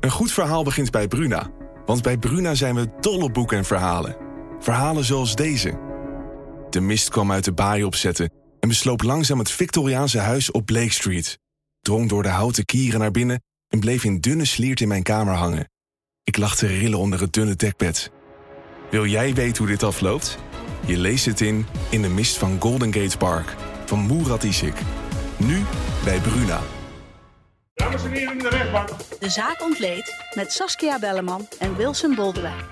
Een goed verhaal begint bij Bruna. Want bij Bruna zijn we dol op boeken en verhalen. Verhalen zoals deze. De mist kwam uit de baai opzetten en besloop langzaam het Victoriaanse huis op Blake Street. Drong door de houten kieren naar binnen en bleef in dunne sliert in mijn kamer hangen. Ik lag te rillen onder het dunne dekbed. Wil jij weten hoe dit afloopt? Je leest het in de mist van Golden Gate Park van Murat Isik. Nu bij Bruna. Dames en heren in de rechtbank. De zaak ontleed met Saskia Belleman en Wilson Boldewijn.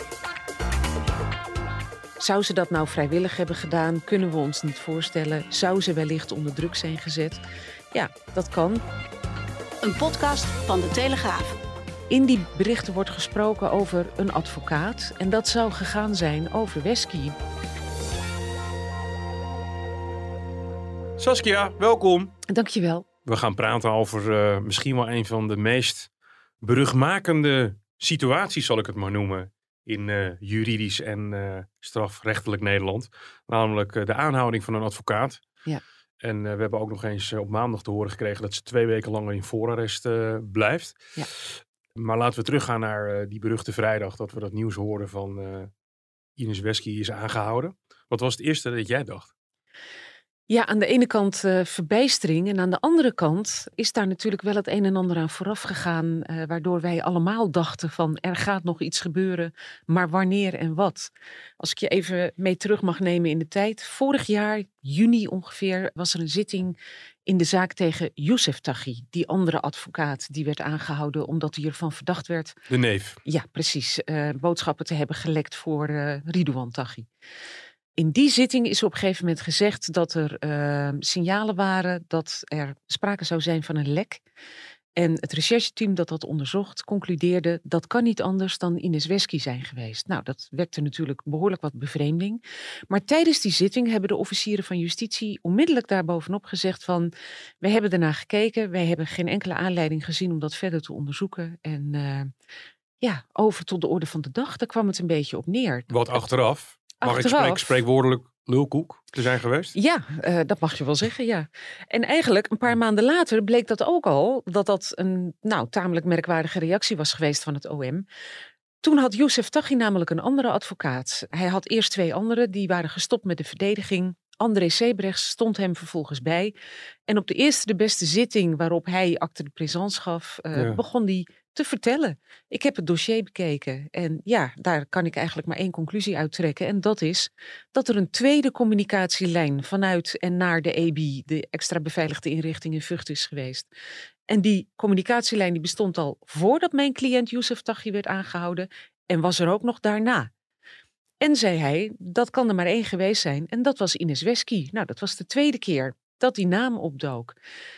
Zou ze dat nou vrijwillig hebben gedaan? Kunnen we ons niet voorstellen. Zou ze wellicht onder druk zijn gezet? Ja, dat kan. Een podcast van De Telegraaf. In die berichten wordt gesproken over een advocaat. En dat zou gegaan zijn over Wesky. Saskia, welkom. Dankjewel. We gaan praten over misschien wel een van de meest beruchtmakende situaties, zal ik het maar noemen, in juridisch en strafrechtelijk Nederland. Namelijk de aanhouding van een advocaat. Ja. En we hebben ook nog eens op maandag te horen gekregen dat ze 2 weken lang in voorarrest blijft. Ja. Maar laten we teruggaan naar die beruchte vrijdag dat we dat nieuws hoorden van Ines Wesky is aangehouden. Wat was het eerste dat jij dacht? Ja, aan de ene kant verbijstering en aan de andere kant is daar natuurlijk wel het een en ander aan vooraf gegaan, waardoor wij allemaal dachten van er gaat nog iets gebeuren, maar wanneer en wat? Als ik je even mee terug mag nemen in de tijd. Vorig jaar, juni ongeveer, was er een zitting in de zaak tegen Youssef Taghi, die andere advocaat die werd aangehouden omdat hij ervan verdacht werd. De neef. Ja, precies. Boodschappen te hebben gelekt voor Ridouan Taghi. In die zitting is op een gegeven moment gezegd dat er signalen waren dat er sprake zou zijn van een lek. En het rechercheteam dat onderzocht concludeerde dat kan niet anders dan Ines Wesky zijn geweest. Nou, dat wekte natuurlijk behoorlijk wat bevreemding. Maar tijdens die zitting hebben de officieren van justitie onmiddellijk daarbovenop gezegd van we hebben ernaar gekeken, wij hebben geen enkele aanleiding gezien om dat verder te onderzoeken. En over tot de orde van de dag, daar kwam het een beetje op neer. Wat achteraf? Mag ik spreekwoordelijk lulkoek te zijn geweest? Ja, dat mag je wel zeggen, ja. En eigenlijk een paar maanden later bleek dat ook al, dat een tamelijk merkwaardige reactie was geweest van het OM. Toen had Youssef Taghi namelijk een andere advocaat. Hij had eerst 2 anderen, die waren gestopt met de verdediging. André Sebrechts stond hem vervolgens bij. En op de eerste de beste zitting waarop hij acte de présence gaf, begon hij te vertellen. Ik heb het dossier bekeken en ja, daar kan ik eigenlijk maar 1 conclusie uit trekken. En dat is dat er een tweede communicatielijn vanuit en naar de EBI, de extra beveiligde inrichting in Vught, is geweest. En die communicatielijn die bestond al voordat mijn cliënt Youssef Taghi werd aangehouden en was er ook nog daarna. En zei hij, dat kan er maar 1 geweest zijn en dat was Ines Wesky. Nou, dat was de 2e keer dat die naam opdook.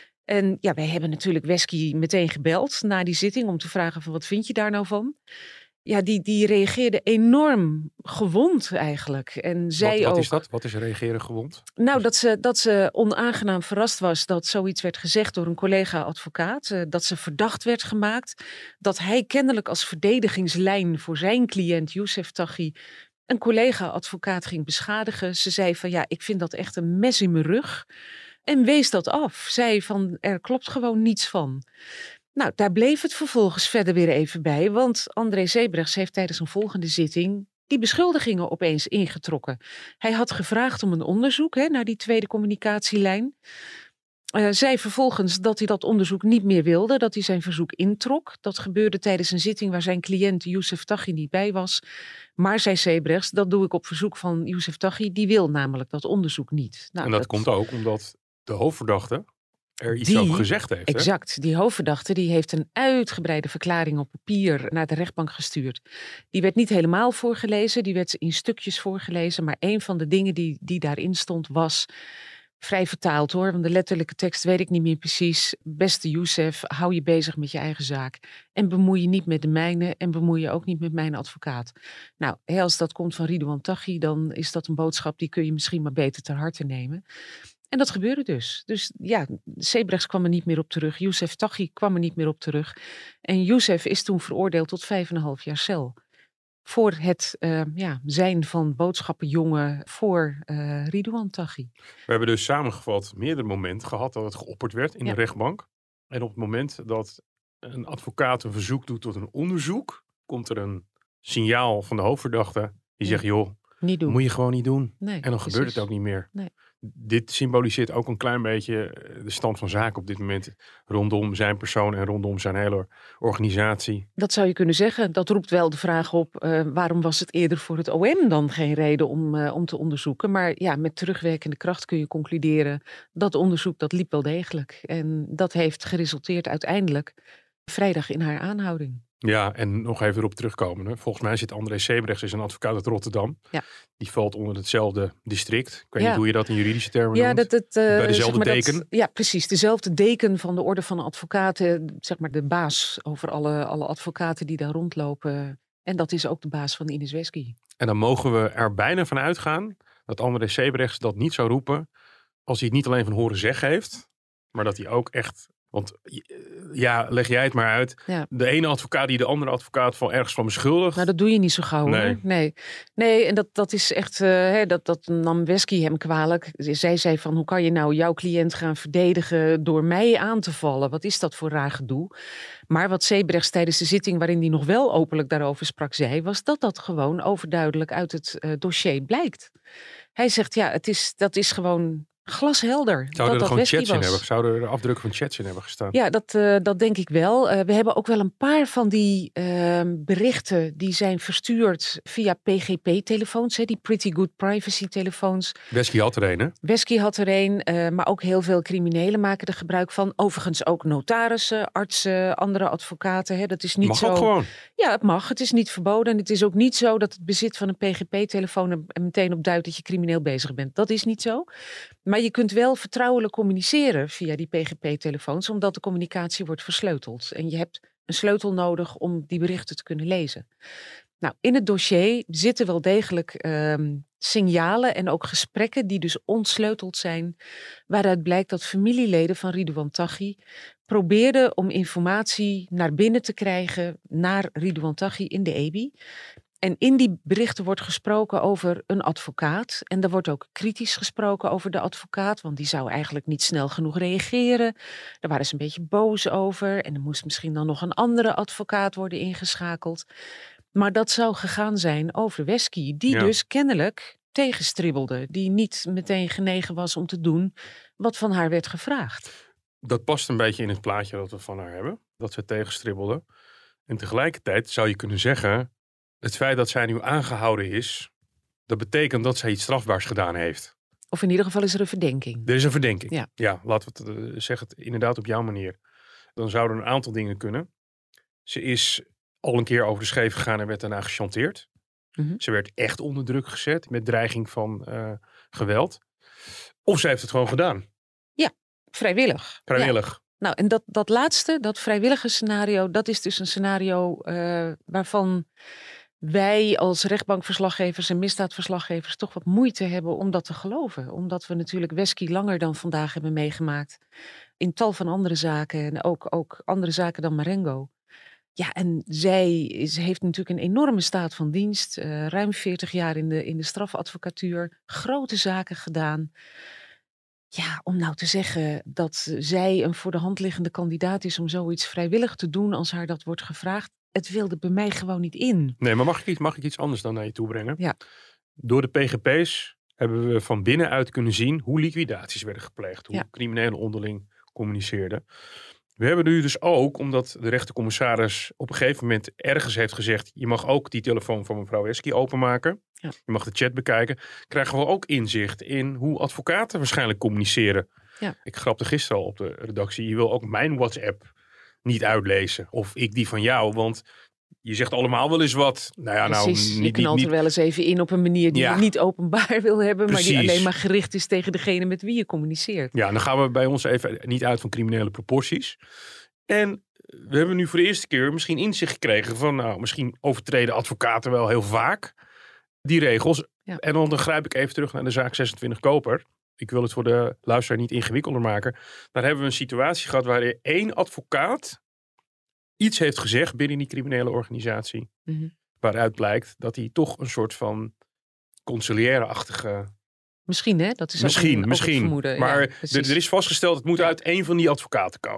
En ja, wij hebben natuurlijk Wesky meteen gebeld na die zitting om te vragen van wat vind je daar nou van? Ja, die reageerde enorm gewond eigenlijk. En zei wat is dat? Wat is reageren gewond? Nou, dat ze onaangenaam verrast was dat zoiets werd gezegd door een collega-advocaat. Dat ze verdacht werd gemaakt. Dat hij kennelijk als verdedigingslijn voor zijn cliënt Youssef Taghi een collega-advocaat ging beschadigen. Ze zei van ja, ik vind dat echt een mes in mijn rug. En wees dat af. Zei van er klopt gewoon niets van. Nou, daar bleef het vervolgens verder weer even bij. Want André Sebrechts heeft tijdens een volgende zitting die beschuldigingen opeens ingetrokken. Hij had gevraagd om een onderzoek naar die tweede communicatielijn. Zei vervolgens dat hij dat onderzoek niet meer wilde, dat hij zijn verzoek introk. Dat gebeurde tijdens een zitting waar zijn cliënt Youssef Taghi niet bij was. Maar zei Sebrechts, dat doe ik op verzoek van Youssef Taghi, die wil namelijk dat onderzoek niet. Nou, en dat komt ook omdat de hoofdverdachte er iets over gezegd heeft. Exact. Die hoofdverdachte die heeft een uitgebreide verklaring op papier naar de rechtbank gestuurd. Die werd niet helemaal voorgelezen, die werd in stukjes voorgelezen. Maar een van de dingen die daarin stond was vrij vertaald hoor, want de letterlijke tekst weet ik niet meer precies. Beste Youssef, hou je bezig met je eigen zaak. En bemoei je niet met de mijne en bemoei je ook niet met mijn advocaat. Nou, als dat komt van Ridouan Taghi, dan is dat een boodschap die kun je misschien maar beter ter harte nemen. En dat gebeurde dus. Dus ja, Sebrechts kwam er niet meer op terug. Youssef Taghi kwam er niet meer op terug. En Youssef is toen veroordeeld tot 5,5 jaar cel. Voor het zijn van boodschappenjongen voor Ridouan Taghi. We hebben dus samengevat meerdere momenten gehad dat het geopperd werd in de rechtbank. En op het moment dat een advocaat een verzoek doet tot een onderzoek, komt er een signaal van de hoofdverdachte die zegt, joh, Niet doen. moet je gewoon niet doen. Nee, En dan gebeurt precies. het ook niet meer. Nee. Dit symboliseert ook een klein beetje de stand van zaken op dit moment rondom zijn persoon en rondom zijn hele organisatie. Dat zou je kunnen zeggen. Dat roept wel de vraag op, waarom was het eerder voor het OM dan geen reden om te onderzoeken? Maar ja, met terugwerkende kracht kun je concluderen dat onderzoek dat liep wel degelijk. En dat heeft geresulteerd uiteindelijk vrijdag in haar aanhouding. Ja, en nog even erop terugkomen. Hè. Volgens mij zit André Sebrechts, is een advocaat uit Rotterdam. Ja. Die valt onder hetzelfde district. Ik weet Ja. niet hoe je dat in juridische termen Ja, noemt. Bij dezelfde zeg maar deken. ja, precies. Dezelfde deken van de orde van advocaten. Zeg maar de baas over alle advocaten die daar rondlopen. En dat is ook de baas van Ines Wesky. En dan mogen we er bijna van uitgaan dat André Sebrechts dat niet zou roepen als hij het niet alleen van horen zeggen heeft, maar dat hij ook echt... Want ja, leg jij het maar uit. Ja. De ene advocaat die de andere advocaat van ergens van beschuldigt. Nou, dat doe je niet zo gauw, Nee. hoor. Nee, en dat is echt... dat nam Wesky hem kwalijk. Zij zei van, hoe kan je nou jouw cliënt gaan verdedigen door mij aan te vallen? Wat is dat voor raar gedoe? Maar wat Sebrechts tijdens de zitting waarin hij nog wel openlijk daarover sprak zei, was dat gewoon overduidelijk uit het dossier blijkt. Hij zegt, ja, dat is gewoon glashelder. Zouden er dat gewoon Wesky chats in was. hebben? Zouden er afdrukken van chats in hebben gestaan? Ja, dat denk ik wel. We hebben ook wel een paar van die berichten die zijn verstuurd via PGP-telefoons. Die Pretty Good Privacy-telefoons. Wesky had er een, hè? Wesky had er een, maar ook heel veel criminelen maken er gebruik van. Overigens ook notarissen, artsen, andere advocaten. Hè. Dat is niet Mag zo. ook gewoon. Ja, het mag. Het is niet verboden. En het is ook niet zo dat het bezit van een PGP-telefoon er meteen op duidt dat je crimineel bezig bent. Dat is niet zo. Maar je kunt wel vertrouwelijk communiceren via die PGP-telefoons, omdat de communicatie wordt versleuteld. En je hebt een sleutel nodig om die berichten te kunnen lezen. Nou, in het dossier zitten wel degelijk signalen en ook gesprekken die dus ontsleuteld zijn, waaruit blijkt dat familieleden van Ridouan Taghi probeerden om informatie naar binnen te krijgen naar Ridouan Taghi in de EBI. En in die berichten wordt gesproken over een advocaat. En er wordt ook kritisch gesproken over de advocaat, want die zou eigenlijk niet snel genoeg reageren. Daar waren ze een beetje boos over. En er moest misschien dan nog een andere advocaat worden ingeschakeld. Maar dat zou gegaan zijn over Wesky, die dus kennelijk tegenstribbelde. Die niet meteen genegen was om te doen wat van haar werd gevraagd. Dat past een beetje in het plaatje dat we van haar hebben. Dat ze tegenstribbelde. En tegelijkertijd zou je kunnen zeggen, het feit dat zij nu aangehouden is, dat betekent dat zij iets strafbaars gedaan heeft. Of in ieder geval is er een verdenking. Er is een verdenking. Ja. Laten we het zeggen het inderdaad op jouw manier. Dan zouden een aantal dingen kunnen. Ze is al een keer over de scheef gegaan en werd daarna gechanteerd. Mhm. Ze werd echt onder druk gezet met dreiging van geweld. Of ze heeft het gewoon gedaan. Vrijwillig. Ja. Vrijwillig. Nou, en dat laatste, dat vrijwillige scenario, dat is dus een scenario waarvan wij als rechtbankverslaggevers en misdaadverslaggevers toch wat moeite hebben om dat te geloven. Omdat we natuurlijk Wesky langer dan vandaag hebben meegemaakt. In tal van andere zaken en ook andere zaken dan Marengo. Ja, en zij heeft natuurlijk een enorme staat van dienst. Ruim 40 jaar in de strafadvocatuur. Grote zaken gedaan. Ja, om nou te zeggen dat zij een voor de hand liggende kandidaat is om zoiets vrijwillig te doen als haar dat wordt gevraagd. Het wilde bij mij gewoon niet in. Nee, maar mag ik iets anders dan naar je toe brengen? Ja. Door de PGP's hebben we van binnenuit kunnen zien hoe liquidaties werden gepleegd. Hoe criminelen onderling communiceerden. We hebben nu dus ook, omdat de rechtercommissaris op een gegeven moment ergens heeft gezegd, je mag ook die telefoon van mevrouw Wesky openmaken. Ja. Je mag de chat bekijken. Krijgen we ook inzicht in hoe advocaten waarschijnlijk communiceren. Ja. Ik grapte gisteren al op de redactie. Je wil ook mijn WhatsApp niet uitlezen. Of ik die van jou. Want je zegt allemaal wel eens wat. Nou ja, Precies, nou je knalt niet. er wel eens even in op een manier die je niet openbaar wil hebben. Maar die Precies. alleen maar gericht is tegen degene met wie je communiceert. Ja, dan gaan we bij ons even niet uit van criminele proporties. En we hebben nu voor de eerste keer misschien inzicht gekregen van, nou, misschien overtreden advocaten wel heel vaak die regels. Ja. En dan grijp ik even terug naar de zaak 26 Koper. Ik wil het voor de luisteraar niet ingewikkelder maken. Daar hebben we een situatie gehad waarin één advocaat iets heeft gezegd binnen die criminele organisatie. Mhm. Waaruit blijkt dat hij toch een soort van conciliaire-achtige... Misschien, hè? Dat is ook Misschien. een vermoeden. Maar ja, precies. er is vastgesteld, het moet uit één van die advocaten komen.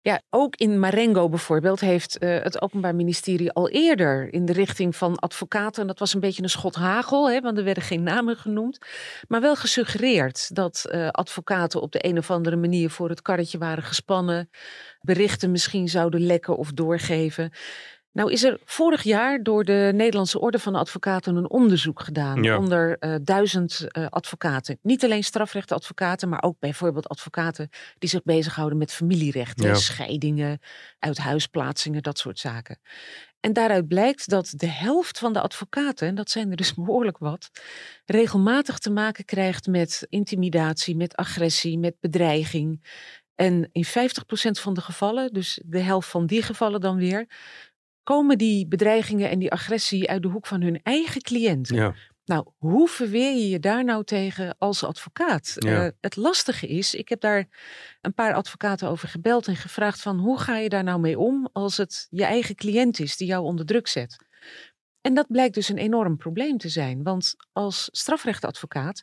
Ja, ook in Marengo bijvoorbeeld heeft het Openbaar Ministerie al eerder in de richting van advocaten, en dat was een beetje een schot hagel, hè, want er werden geen namen genoemd, maar wel gesuggereerd dat advocaten op de een of andere manier voor het karretje waren gespannen, berichten misschien zouden lekken of doorgeven. Nou is er vorig jaar door de Nederlandse Orde van Advocaten een onderzoek gedaan onder 1000 advocaten. Niet alleen strafrechtadvocaten, maar ook bijvoorbeeld advocaten die zich bezighouden met familierecht, scheidingen, uithuisplaatsingen, dat soort zaken. En daaruit blijkt dat de helft van de advocaten, en dat zijn er dus behoorlijk wat, regelmatig te maken krijgt met intimidatie, met agressie, met bedreiging. En in 50% van de gevallen, dus de helft van die gevallen dan weer, komen die bedreigingen en die agressie uit de hoek van hun eigen cliënten. Ja. Nou, hoe verweer je je daar nou tegen als advocaat? Ja. Het lastige is, ik heb daar een paar advocaten over gebeld en gevraagd van hoe ga je daar nou mee om als het je eigen cliënt is die jou onder druk zet? En dat blijkt dus een enorm probleem te zijn, want als strafrechtadvocaat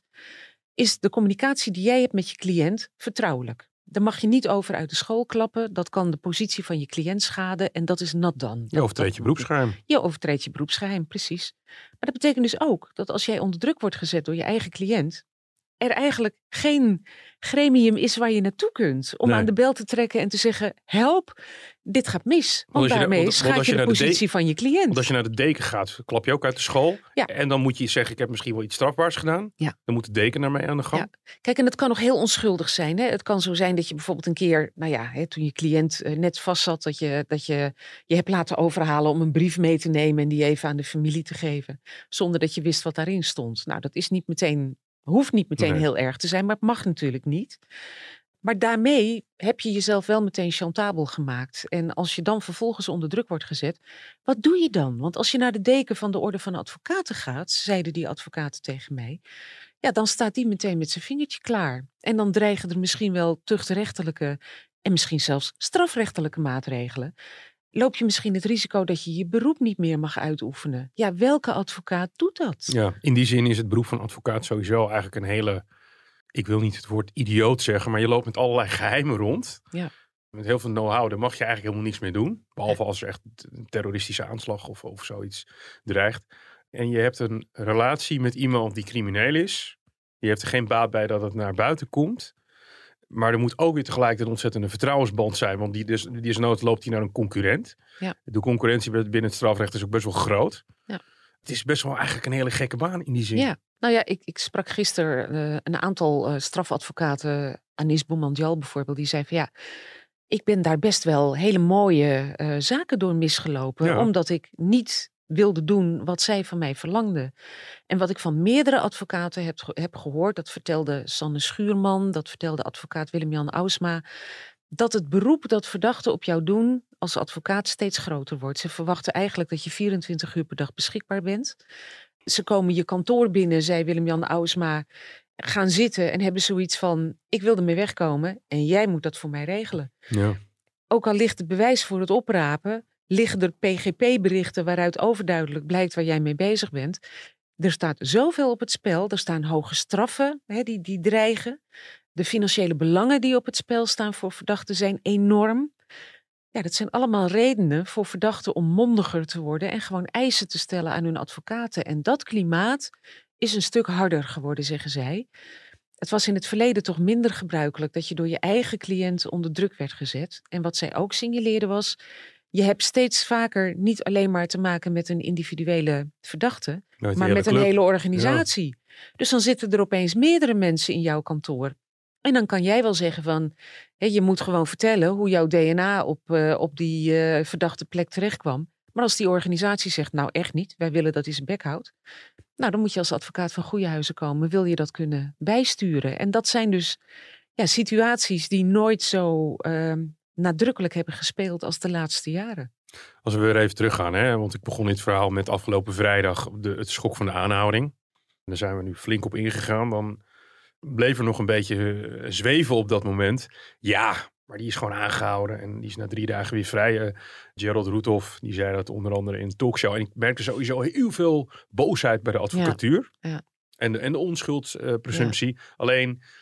is de communicatie die jij hebt met je cliënt vertrouwelijk. Daar mag je niet over uit de school klappen. Dat kan de positie van je cliënt schaden en dat is nat dan. Je overtreedt je beroepsgeheim. Je overtreedt je beroepsgeheim, precies. Maar dat betekent dus ook dat als jij onder druk wordt gezet door je eigen cliënt, er eigenlijk geen gremium is waar je naartoe kunt om aan de bel te trekken en te zeggen, help, dit gaat mis. Want daarmee schaadt je de positie van je cliënt. Want als je naar de deken gaat, klap je ook uit de school. Ja. En dan moet je zeggen, ik heb misschien wel iets strafbaars gedaan. Ja. Dan moet de deken naar mij aan de gang. Ja. Kijk, en dat kan nog heel onschuldig zijn. Hè? Het kan zo zijn dat je bijvoorbeeld een keer, toen je cliënt net vast zat, dat je hebt laten overhalen om een brief mee te nemen en die even aan de familie te geven. Zonder dat je wist wat daarin stond. Nou, dat is niet meteen, hoeft niet meteen heel erg te zijn, maar het mag natuurlijk niet. Maar daarmee heb je jezelf wel meteen chantabel gemaakt. En als je dan vervolgens onder druk wordt gezet, wat doe je dan? Want als je naar de deken van de Orde van Advocaten gaat, zeiden die advocaten tegen mij, ja, dan staat die meteen met zijn vingertje klaar. En dan dreigen er misschien wel tuchtrechtelijke en misschien zelfs strafrechtelijke maatregelen. Loop je misschien het risico dat je je beroep niet meer mag uitoefenen. Ja, welke advocaat doet dat? Ja, in die zin is het beroep van advocaat sowieso eigenlijk een hele, ik wil niet het woord idioot zeggen, maar je loopt met allerlei geheimen rond. Ja. Met heel veel know-how, daar mag je eigenlijk helemaal niks mee doen. Behalve als er echt een terroristische aanslag of zoiets dreigt. En je hebt een relatie met iemand die crimineel is. Je hebt er geen baat bij dat het naar buiten komt. Maar er moet ook weer tegelijk een ontzettende vertrouwensband zijn. Want die is nood loopt hij naar een concurrent. Ja. De concurrentie binnen het strafrecht is ook best wel groot. Ja. Het is best wel eigenlijk een hele gekke baan in die zin. Ja. Nou ja, ik sprak gisteren een aantal strafadvocaten. Anis Boumandjal bijvoorbeeld. Die zei van ja, ik ben daar best wel hele mooie zaken door misgelopen. Ja. Omdat ik niet wilde doen wat zij van mij verlangde. En wat ik van meerdere advocaten heb gehoord, dat vertelde Sanne Schuurman, dat vertelde advocaat Willem-Jan Ausma, dat het beroep dat verdachten op jou doen als advocaat steeds groter wordt. Ze verwachten eigenlijk dat je 24 uur per dag beschikbaar bent. Ze komen je kantoor binnen, zei Willem-Jan Ausma, gaan zitten en hebben zoiets van, ik wil ermee wegkomen en jij moet dat voor mij regelen. Ja. Ook al ligt het bewijs voor het oprapen, liggen er PGP-berichten waaruit overduidelijk blijkt waar jij mee bezig bent. Er staat zoveel op het spel. Er staan hoge straffen die dreigen. De financiële belangen die op het spel staan voor verdachten zijn enorm. Ja, dat zijn allemaal redenen voor verdachten om mondiger te worden en gewoon eisen te stellen aan hun advocaten. En dat klimaat is een stuk harder geworden, zeggen zij. Het was in het verleden toch minder gebruikelijk dat je door je eigen cliënt onder druk werd gezet. En wat zij ook signaleerden was, je hebt steeds vaker niet alleen maar te maken met een individuele verdachte, maar met een hele organisatie. Ja. Dus dan zitten er opeens meerdere mensen in jouw kantoor. En dan kan jij wel zeggen van, je moet gewoon vertellen hoe jouw DNA op die verdachte plek terecht kwam. Maar als die organisatie zegt, nou echt niet, wij willen dat hij zijn bek houdt. Nou, dan moet je als advocaat van goede huizen komen. Wil je dat kunnen bijsturen? En dat zijn dus situaties die nooit zo nadrukkelijk hebben gespeeld als de laatste jaren. Als we weer even teruggaan, want ik begon dit verhaal met afgelopen vrijdag het schok van de aanhouding. Daar zijn we nu flink op ingegaan. Dan bleef er nog een beetje zweven op dat moment. Ja, maar die is gewoon aangehouden en die is na 3 dagen weer vrij. Gerald Roethoff, die zei dat onder andere in een talkshow. En ik merkte sowieso heel veel boosheid bij de advocatuur. Ja. Ja. En de onschuldspresumptie. Alleen,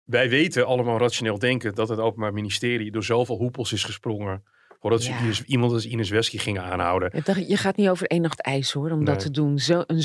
wij weten allemaal rationeel denken dat het Openbaar Ministerie door zoveel hoepels is gesprongen voordat ze iemand als Ines Wesky gingen aanhouden. Je gaat niet over één nacht ijs hoor, om dat te doen. Een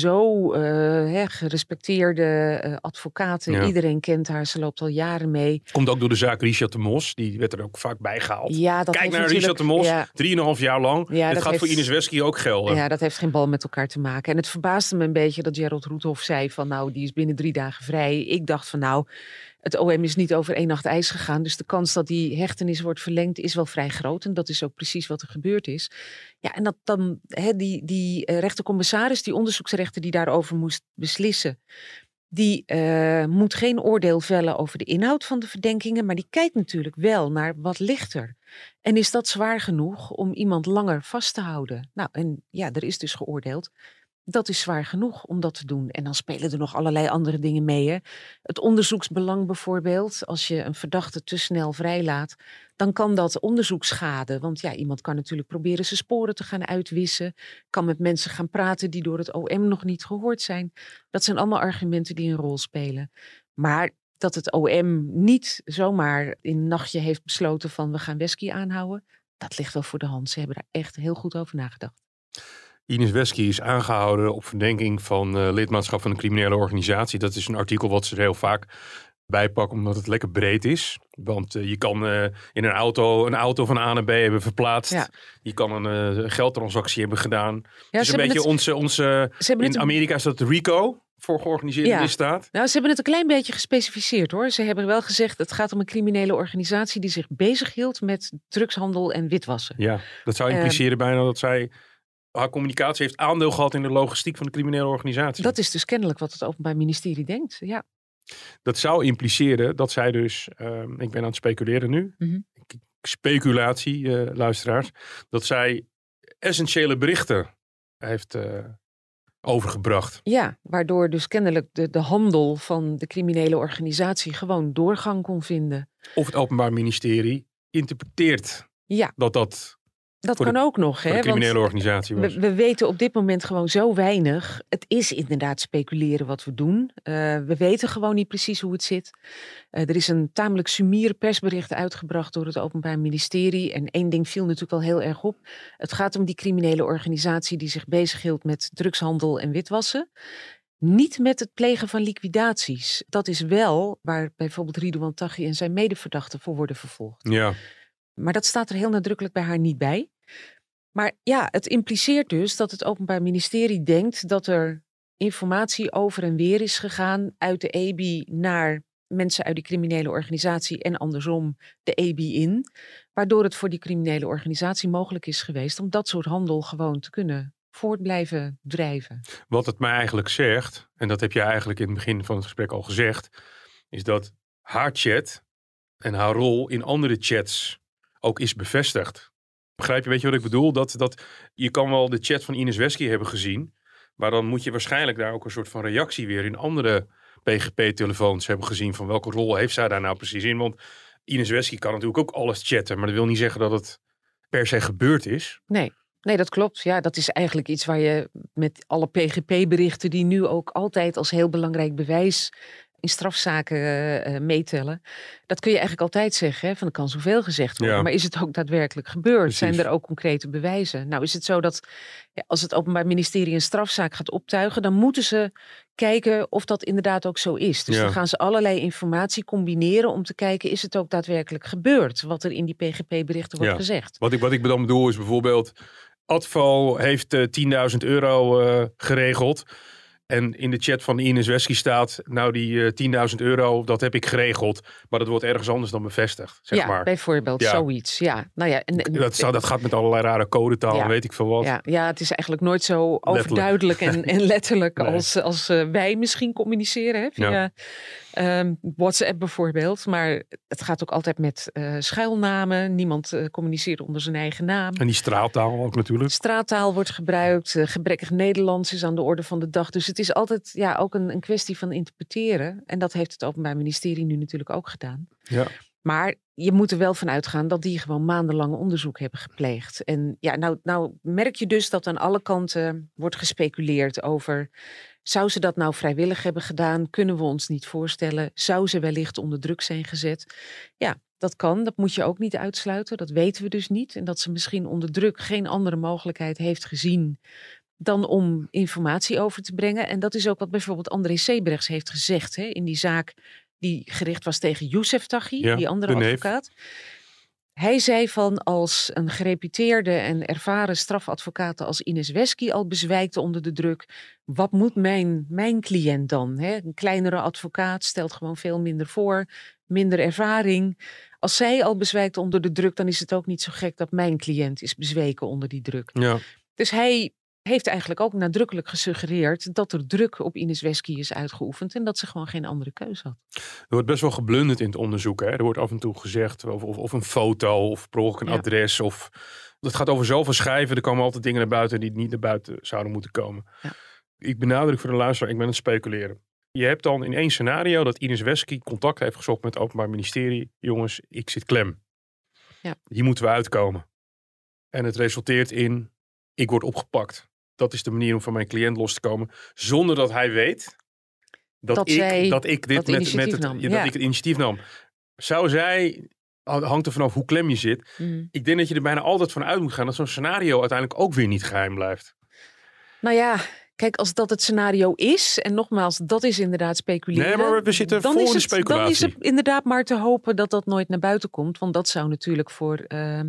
gerespecteerde advocaat. Iedereen kent haar, ze loopt al jaren mee. Komt ook door de zaak Richard de Mos, die werd er ook vaak bij gehaald. Ja, Kijk naar Richard de Mos, 3,5 jaar lang. Dit gaat voor Ines Wesky ook gelden. Ja, dat heeft geen bal met elkaar te maken. En het verbaasde me een beetje dat Gerald Roethoff zei van nou, die is binnen 3 dagen vrij. Ik dacht van nou, het OM is niet over één nacht ijs gegaan. Dus de kans dat die hechtenis wordt verlengd is wel vrij groot. En dat is ook precies wat er gebeurd is. Ja, en dat dan die rechtercommissaris, die onderzoeksrechter die daarover moest beslissen, die moet geen oordeel vellen over de inhoud van de verdenkingen. Maar die kijkt natuurlijk wel naar wat ligt er. En is dat zwaar genoeg om iemand langer vast te houden? Nou, en ja, er is dus geoordeeld. Dat is zwaar genoeg om dat te doen. En dan spelen er nog allerlei andere dingen mee. Hè? Het onderzoeksbelang bijvoorbeeld. Als je een verdachte te snel vrijlaat, dan kan dat onderzoek schaden. Want ja, iemand kan natuurlijk proberen zijn sporen te gaan uitwissen. Kan met mensen gaan praten die door het OM nog niet gehoord zijn. Dat zijn allemaal argumenten die een rol spelen. Maar dat het OM niet zomaar in een nachtje heeft besloten van we gaan Wesky aanhouden, dat ligt wel voor de hand. Ze hebben daar echt heel goed over nagedacht. Ines Wesky is aangehouden op verdenking van lidmaatschap van een criminele organisatie. Dat is een artikel wat ze er heel vaak bij pakken, omdat het lekker breed is. Want je kan in een auto van A naar B hebben verplaatst. Ja. Je kan een geldtransactie hebben gedaan. Ja, dus een beetje onze in Amerika is dat RICO, voor georganiseerde misdaad. Nou, ze hebben het een klein beetje gespecificeerd hoor. Ze hebben wel gezegd, het gaat om een criminele organisatie die zich bezighield met drugshandel en witwassen. Ja, dat zou impliceren bijna dat zij haar communicatie heeft aandeel gehad in de logistiek van de criminele organisatie. Dat is dus kennelijk wat het Openbaar Ministerie denkt, ja. Dat zou impliceren dat zij dus, ik ben aan het speculeren nu, speculatie, luisteraars, dat zij essentiële berichten heeft overgebracht. Ja, waardoor dus kennelijk de handel van de criminele organisatie gewoon doorgang kon vinden. Of het Openbaar Ministerie interpreteert dat kan ook nog. Hè? De criminele organisatie was. We weten op dit moment gewoon zo weinig. Het is inderdaad speculeren wat we doen. We weten gewoon niet precies hoe het zit. Er is een tamelijk sumier persbericht uitgebracht door het Openbaar Ministerie. En één ding viel natuurlijk wel heel erg op. Het gaat om die criminele organisatie die zich bezighield met drugshandel en witwassen. Niet met het plegen van liquidaties. Dat is wel waar bijvoorbeeld Ridouan Taghi en zijn medeverdachten voor worden vervolgd. Ja. Maar dat staat er heel nadrukkelijk bij haar niet bij. Maar ja, het impliceert dus dat het Openbaar Ministerie denkt dat er informatie over en weer is gegaan uit de EBI naar mensen uit die criminele organisatie en andersom de EBI in. Waardoor het voor die criminele organisatie mogelijk is geweest om dat soort handel gewoon te kunnen voort blijven drijven. Wat het mij eigenlijk zegt, en dat heb je eigenlijk in het begin van het gesprek al gezegd, is dat haar chat en haar rol in andere chats ook is bevestigd. Begrijp je, weet je wat ik bedoel? Dat je kan wel de chat van Ines Wesky hebben gezien, maar dan moet je waarschijnlijk daar ook een soort van reactie weer in andere PGP-telefoons hebben gezien van welke rol heeft zij daar nou precies in. Want Ines Wesky kan natuurlijk ook alles chatten, maar dat wil niet zeggen dat het per se gebeurd is. Nee, dat klopt. Ja, dat is eigenlijk iets waar je met alle PGP-berichten die nu ook altijd als heel belangrijk bewijs in strafzaken meetellen. Dat kun je eigenlijk altijd zeggen. Hè? Van er kan zoveel gezegd worden. Ja. Maar is het ook daadwerkelijk gebeurd? Precies. Zijn er ook concrete bewijzen? Nou is het zo dat als het Openbaar Ministerie een strafzaak gaat optuigen, dan moeten ze kijken of dat inderdaad ook zo is. Dus dan gaan ze allerlei informatie combineren om te kijken, is het ook daadwerkelijk gebeurd? Wat er in die PGP-berichten wordt gezegd. Wat ik dan bedoel is bijvoorbeeld, Advo heeft €10.000 geregeld. En in de chat van Ines Wesky staat, nou die €10.000, dat heb ik geregeld. Maar dat wordt ergens anders dan bevestigd, zeg maar. Bijvoorbeeld zoiets. Ja, nou ja. Dat gaat met allerlei rare codetaal en weet ik veel wat. Ja, het is eigenlijk nooit zo overduidelijk en letterlijk als wij misschien communiceren. Hè, via WhatsApp bijvoorbeeld. Maar het gaat ook altijd met schuilnamen. Niemand communiceert onder zijn eigen naam. En die straattaal ook natuurlijk. Straattaal wordt gebruikt. Gebrekkig Nederlands is aan de orde van de dag. Dus het is altijd ook een kwestie van interpreteren. En dat heeft het Openbaar Ministerie nu natuurlijk ook gedaan. Ja. Maar je moet er wel van uitgaan dat die gewoon maandenlang onderzoek hebben gepleegd. En ja, nou merk je dus dat aan alle kanten wordt gespeculeerd over... Zou ze dat nou vrijwillig hebben gedaan? Kunnen we ons niet voorstellen? Zou ze wellicht onder druk zijn gezet? Ja, dat kan. Dat moet je ook niet uitsluiten. Dat weten we dus niet. En dat ze misschien onder druk geen andere mogelijkheid heeft gezien... dan om informatie over te brengen. En dat is ook wat bijvoorbeeld André Sebrechts heeft gezegd... Hè, in die zaak die gericht was tegen Youssef Taghi, die andere advocaat. Hij zei van als een gereputeerde en ervaren strafadvocaat als Ines Wesky al bezwijkte onder de druk, wat moet mijn cliënt dan? Hè? Een kleinere advocaat stelt gewoon veel minder voor, minder ervaring. Als zij al bezwijkt onder de druk, dan is het ook niet zo gek dat mijn cliënt is bezweken onder die druk. Ja. Dus hij heeft eigenlijk ook nadrukkelijk gesuggereerd dat er druk op Ines Wesky is uitgeoefend en dat ze gewoon geen andere keuze had. Er wordt best wel geblunderd in het onderzoek. Hè? Er wordt af en toe gezegd of een foto of per ongeluk een adres. Of het gaat over zoveel schijven. Er komen altijd dingen naar buiten die niet naar buiten zouden moeten komen. Ja. Ik benadruk voor de luisteraar, ik ben aan het speculeren. Je hebt dan in één scenario dat Ines Wesky contact heeft gezocht met het Openbaar Ministerie. Jongens, ik zit klem. Ja. Hier moeten we uitkomen. En het resulteert in, ik word opgepakt. Dat is de manier om van mijn cliënt los te komen. Zonder dat hij weet dat ik het initiatief nam. Zou zij, hangt er vanaf hoe klem je zit. Ik denk dat je er bijna altijd van uit moet gaan dat zo'n scenario uiteindelijk ook weer niet geheim blijft. Nou ja, kijk, als dat het scenario is, en nogmaals, dat is inderdaad speculeren. Nee, maar we zitten voor de speculatie. Dan is het inderdaad maar te hopen dat dat nooit naar buiten komt. Want dat zou natuurlijk voor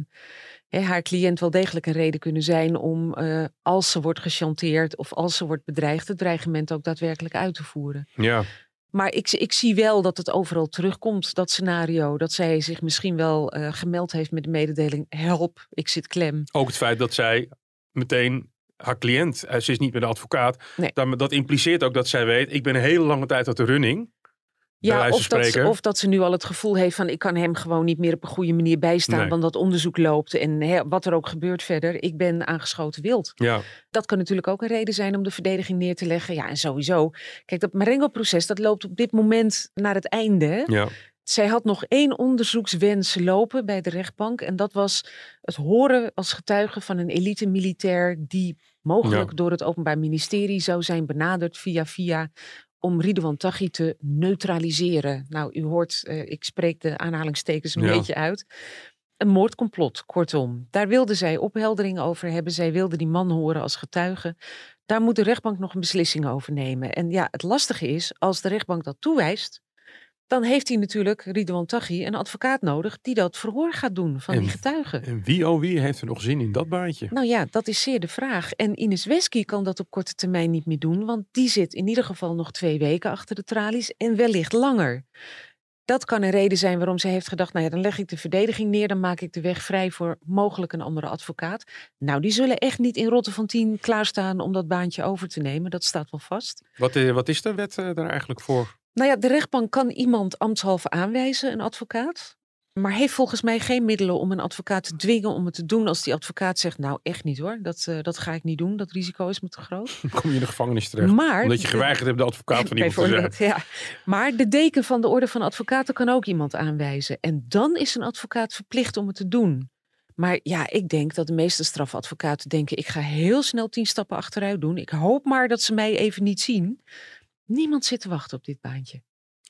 haar cliënt wel degelijk een reden kunnen zijn om, als ze wordt gechanteerd of als ze wordt bedreigd, het dreigement ook daadwerkelijk uit te voeren. Ja. Maar ik zie wel dat het overal terugkomt, dat scenario. Dat zij zich misschien wel gemeld heeft met de mededeling, help, ik zit klem. Ook het feit dat zij meteen haar cliënt, ze is niet meer de advocaat. Nee. Dat impliceert ook dat zij weet, ik ben een hele lange tijd uit de running. Ja, of dat ze nu al het gevoel heeft van, ik kan hem gewoon niet meer op een goede manier bijstaan, want dat onderzoek loopt en wat er ook gebeurt verder, ik ben aangeschoten wild. Ja. Dat kan natuurlijk ook een reden zijn om de verdediging neer te leggen. Ja, en sowieso. Kijk, dat Marengo-proces, dat loopt op dit moment naar het einde. Ja. Zij had nog 1 onderzoekswens lopen bij de rechtbank. En dat was het horen als getuige van een elite militair die mogelijk door het Openbaar Ministerie zou zijn benaderd via om Ridouan Taghi te neutraliseren. Nou, u hoort, ik spreek de aanhalingstekens een beetje uit. Een moordcomplot, kortom. Daar wilde zij opheldering over hebben. Zij wilde die man horen als getuige. Daar moet de rechtbank nog een beslissing over nemen. En ja, het lastige is, als de rechtbank dat toewijst, dan heeft hij natuurlijk, Ridouan Taghi, een advocaat nodig die dat verhoor gaat doen van die getuigen. En wie heeft er nog zin in dat baantje? Nou ja, dat is zeer de vraag. En Ines Wesky kan dat op korte termijn niet meer doen, want die zit in ieder geval nog 2 weken achter de tralies en wellicht langer. Dat kan een reden zijn waarom ze heeft gedacht, nou ja, dan leg ik de verdediging neer, dan maak ik de weg vrij voor mogelijk een andere advocaat. Nou, die zullen echt niet in Rotte van 10 klaarstaan om dat baantje over te nemen. Dat staat wel vast. Wat is de wet daar eigenlijk voor? Nou ja, de rechtbank kan iemand ambtshalve aanwijzen, een advocaat. Maar heeft volgens mij geen middelen om een advocaat te dwingen om het te doen als die advocaat zegt, nou echt niet hoor, dat ga ik niet doen, dat risico is me te groot. Dan kom je in de gevangenis terecht, omdat je geweigerd hebt de advocaat van iemand te zijn. Ja. Maar de deken van de orde van advocaten kan ook iemand aanwijzen. En dan is een advocaat verplicht om het te doen. Maar ja, ik denk dat de meeste strafadvocaten denken, ik ga heel snel 10 stappen achteruit doen. Ik hoop maar dat ze mij even niet zien. Niemand zit te wachten op dit baantje.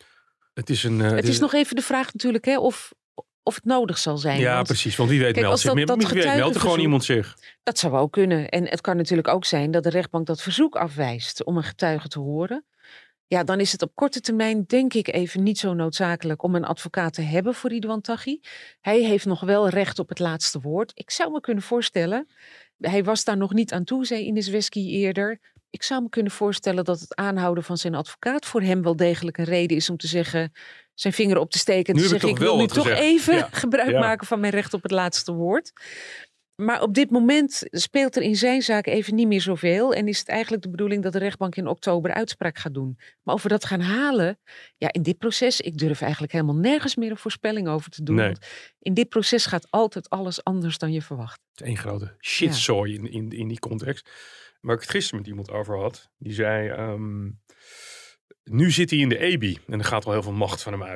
Het is nog even de vraag natuurlijk, hè, of het nodig zal zijn. Ja, precies. Want wie weet meldt zich. Meldt er gewoon iemand zich. Dat zou ook kunnen. En het kan natuurlijk ook zijn dat de rechtbank dat verzoek afwijst om een getuige te horen. Ja, dan is het op korte termijn denk ik even niet zo noodzakelijk om een advocaat te hebben voor Ridouan Taghi. Hij heeft nog wel recht op het laatste woord. Ik zou me kunnen voorstellen, hij was daar nog niet aan toe, zei Ines Wesky eerder. Ik zou me kunnen voorstellen dat het aanhouden van zijn advocaat voor hem wel degelijk een reden is om te zeggen, zijn vinger op te steken en te zeggen, ik wil nu toch even gebruik maken van mijn recht op het laatste woord. Maar op dit moment speelt er in zijn zaak even niet meer zoveel en is het eigenlijk de bedoeling dat de rechtbank in oktober uitspraak gaat doen. Maar of we dat gaan halen, ja, in dit proces, ik durf eigenlijk helemaal nergens meer een voorspelling over te doen. Nee. Want in dit proces gaat altijd alles anders dan je verwacht. Het is één grote shitzooi in die context. Waar ik het gisteren met iemand over had, die zei, nu zit hij in de EBI en er gaat wel heel veel macht van hem uit.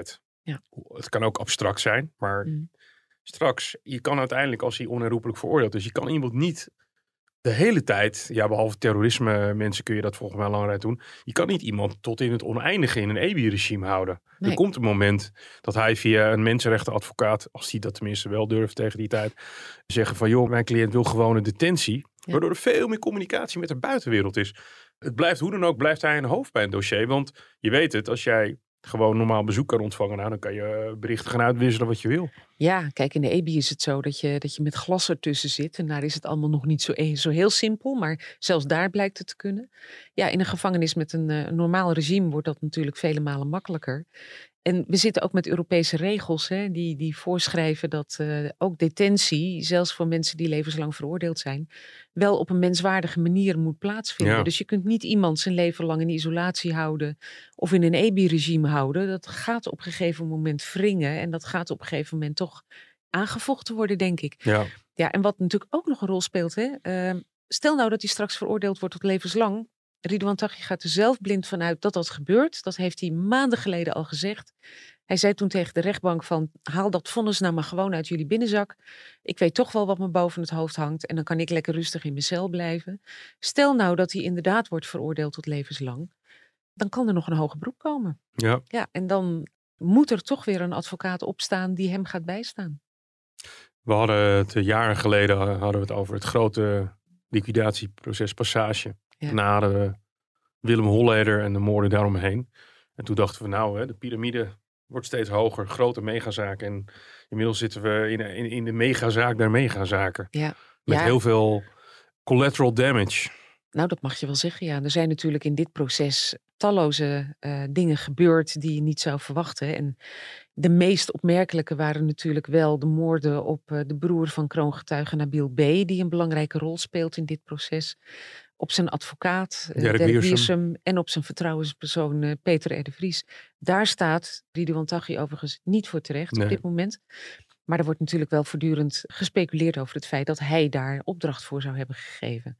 Ja. Het kan ook abstract zijn, maar Mm. straks, je kan uiteindelijk, als hij onherroepelijk veroordeeld is, je kan iemand niet de hele tijd, ja, behalve terrorisme mensen kun je dat volgens mij langer uit doen. Je kan niet iemand tot in het oneindige in een EBI-regime houden. Nee. Er komt een moment dat hij via een mensenrechtenadvocaat, als hij dat tenminste wel durft tegen die tijd, zeggen van joh, mijn cliënt wil gewoon een detentie. Ja. Waardoor er veel meer communicatie met de buitenwereld is. Het blijft hoe dan ook, blijft hij een hoofdpijndossier. Want je weet het, als jij gewoon normaal bezoek kan ontvangen, nou, dan kan je berichten gaan uitwisselen wat je wil. Ja, kijk, in de EBI is het zo dat je met glas ertussen zit. En daar is het allemaal nog niet zo heel simpel. Maar zelfs daar blijkt het te kunnen. Ja, in een gevangenis met een normaal regime wordt dat natuurlijk vele malen makkelijker. En we zitten ook met Europese regels die voorschrijven dat ook detentie, zelfs voor mensen die levenslang veroordeeld zijn, wel op een menswaardige manier moet plaatsvinden. Ja. Dus je kunt niet iemand zijn leven lang in isolatie houden of in een EBI-regime houden. Dat gaat op een gegeven moment wringen en dat gaat op een gegeven moment toch aangevochten worden, denk ik. Ja. Ja, en wat natuurlijk ook nog een rol speelt. Stel nou dat hij straks veroordeeld wordt tot levenslang. Ridouan Taghi gaat er zelf blind vanuit dat dat gebeurt. Dat heeft hij maanden geleden al gezegd. Hij zei toen tegen de rechtbank van, haal dat vonnis nou maar gewoon uit jullie binnenzak. Ik weet toch wel wat me boven het hoofd hangt en dan kan ik lekker rustig in mijn cel blijven. Stel nou dat hij inderdaad wordt veroordeeld tot levenslang. Dan kan er nog een hoger beroep komen. Ja. Ja, en dan moet er toch weer een advocaat opstaan die hem gaat bijstaan. We hadden het jaren geleden hadden we het over het grote liquidatieproces Passage. Ja. Daarna hadden we Willem Holleder en de moorden daaromheen. En toen dachten we nou, de piramide wordt steeds hoger, grote megazaak. En inmiddels zitten we in de megazaak der megazaken. Ja. Met Ja. heel veel collateral damage. Nou, dat mag je wel zeggen, ja. Er zijn natuurlijk in dit proces talloze dingen gebeurd die je niet zou verwachten. En de meest opmerkelijke waren natuurlijk wel de moorden op de broer van kroongetuige Nabil B., die een belangrijke rol speelt in dit proces. Op zijn advocaat, Dirk Dirk Wiersum. Wiersum, en op zijn vertrouwenspersoon Peter R. de Vries. Daar staat Ridouan Taghi overigens niet voor terecht Nee. op dit moment. Maar er wordt natuurlijk wel voortdurend gespeculeerd over het feit dat hij daar opdracht voor zou hebben gegeven.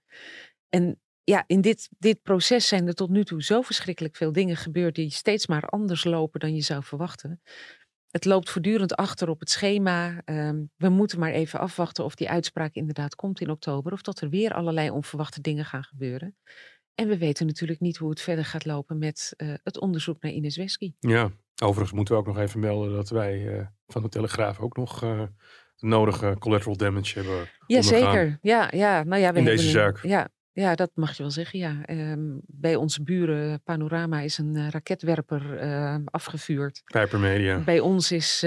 En ja, in dit proces zijn er tot nu toe zo verschrikkelijk veel dingen gebeurd die steeds maar anders lopen dan je zou verwachten. Het loopt voortdurend achter op het schema. We moeten maar even afwachten of die uitspraak inderdaad komt in oktober. Of dat er weer allerlei onverwachte dingen gaan gebeuren. En we weten natuurlijk niet hoe het verder gaat lopen met het onderzoek naar Ines Wesky. Ja, overigens moeten we ook nog even melden dat wij van de Telegraaf ook nog de nodige collateral damage hebben Jazeker. Ja, nou ja, we in hebben deze zaak. Ja, dat mag je wel zeggen, ja. Bij onze buren Panorama is een raketwerper afgevuurd. Pijper Media. Bij ons is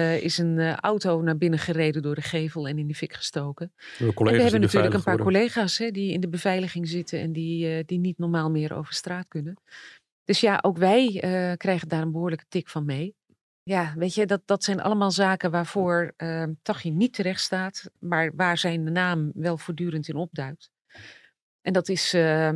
een auto naar binnen gereden door de gevel en in de fik gestoken. Door En collega's we hebben die natuurlijk een paar beveiligd collega's die in de beveiliging zitten en die niet normaal meer over straat kunnen. Dus ja, ook wij krijgen daar een behoorlijke tik van mee. Ja, weet je, dat zijn allemaal zaken waarvoor Taghi niet terecht staat, maar waar zijn naam wel voortdurend in opduikt. En dat is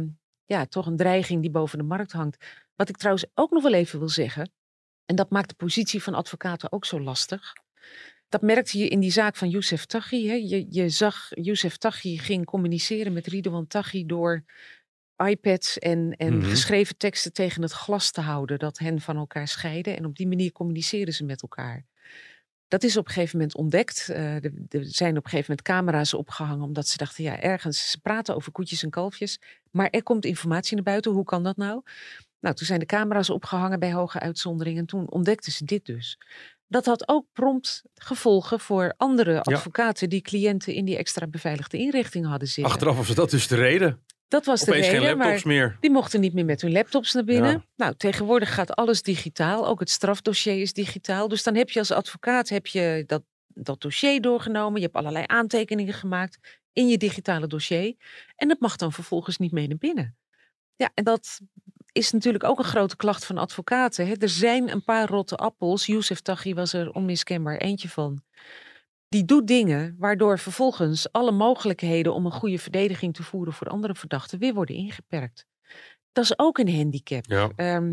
toch een dreiging die boven de markt hangt. Wat ik trouwens ook nog wel even wil zeggen, en dat maakt de positie van advocaten ook zo lastig. Dat merkte je in die zaak van Youssef Taghi. Hè? Je zag Youssef Taghi ging communiceren met Ridouan Taghi door iPads en geschreven teksten tegen het glas te houden dat hen van elkaar scheiden. En op die manier communiceren ze met elkaar. Dat is op een gegeven moment ontdekt. Er zijn op een gegeven moment camera's opgehangen omdat ze dachten, ja, ergens, ze praten over koetjes en kalfjes, maar er komt informatie naar buiten. Hoe kan dat nou? Nou, toen zijn de camera's opgehangen bij hoge uitzondering en toen ontdekten ze dit dus. Dat had ook prompt gevolgen voor andere advocaten die cliënten in die extra beveiligde inrichting hadden zitten. Achteraf was dat dus de reden. Dat was de Opeens reden, geen laptops maar meer. die mochten niet meer met hun laptops naar binnen. Ja. Nou, tegenwoordig gaat alles digitaal. Ook het strafdossier is digitaal. Dus dan heb je als advocaat dat dossier doorgenomen. Je hebt allerlei aantekeningen gemaakt in je digitale dossier. En dat mag dan vervolgens niet mee naar binnen. Ja, en dat is natuurlijk ook een grote klacht van advocaten. Hè. Er zijn een paar rotte appels. Youssef Taghi was er onmiskenbaar eentje van. Die doet dingen waardoor vervolgens alle mogelijkheden om een goede verdediging te voeren voor andere verdachten weer worden ingeperkt. Dat is ook een handicap. Ja.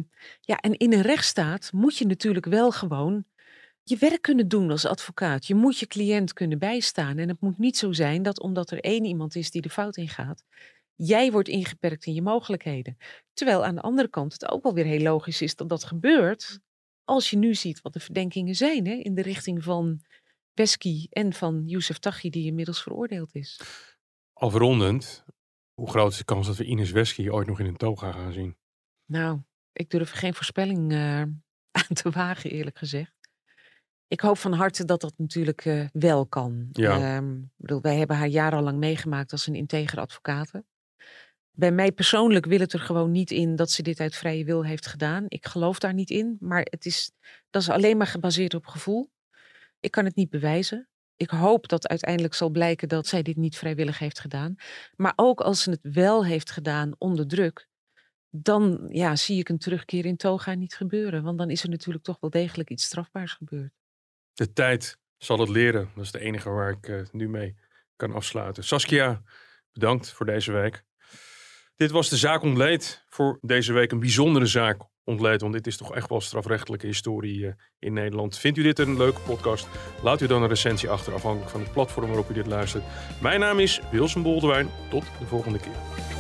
En in een rechtsstaat moet je natuurlijk wel gewoon je werk kunnen doen als advocaat. Je moet je cliënt kunnen bijstaan. En het moet niet zo zijn dat omdat er één iemand is die de fout ingaat, jij wordt ingeperkt in je mogelijkheden. Terwijl aan de andere kant het ook wel weer heel logisch is dat dat gebeurt als je nu ziet wat de verdenkingen zijn, hè, in de richting van Wesky en van Youssef Taghi, die inmiddels veroordeeld is. Afrondend, hoe groot is de kans dat we Ines Wesky ooit nog in een toga gaan zien? Nou, ik durf er geen voorspelling aan te wagen, eerlijk gezegd. Ik hoop van harte dat dat natuurlijk wel kan. Ja. Ik bedoel, wij hebben haar jarenlang meegemaakt als een integere advocate. Bij mij persoonlijk wil het er gewoon niet in dat ze dit uit vrije wil heeft gedaan. Ik geloof daar niet in, maar dat is alleen maar gebaseerd op gevoel. Ik kan het niet bewijzen. Ik hoop dat uiteindelijk zal blijken dat zij dit niet vrijwillig heeft gedaan. Maar ook als ze het wel heeft gedaan onder druk, dan zie ik een terugkeer in toga niet gebeuren. Want dan is er natuurlijk toch wel degelijk iets strafbaars gebeurd. De tijd zal het leren. Dat is de enige waar ik nu mee kan afsluiten. Saskia, bedankt voor deze week. Dit was de Zaak Ontleed. Voor deze week een bijzondere zaak ontleed. Want dit is toch echt wel strafrechtelijke historie in Nederland. Vindt u dit een leuke podcast? Laat u dan een recensie achter, afhankelijk van het platform waarop u dit luistert. Mijn naam is Wilson Boldewijn. Tot de volgende keer.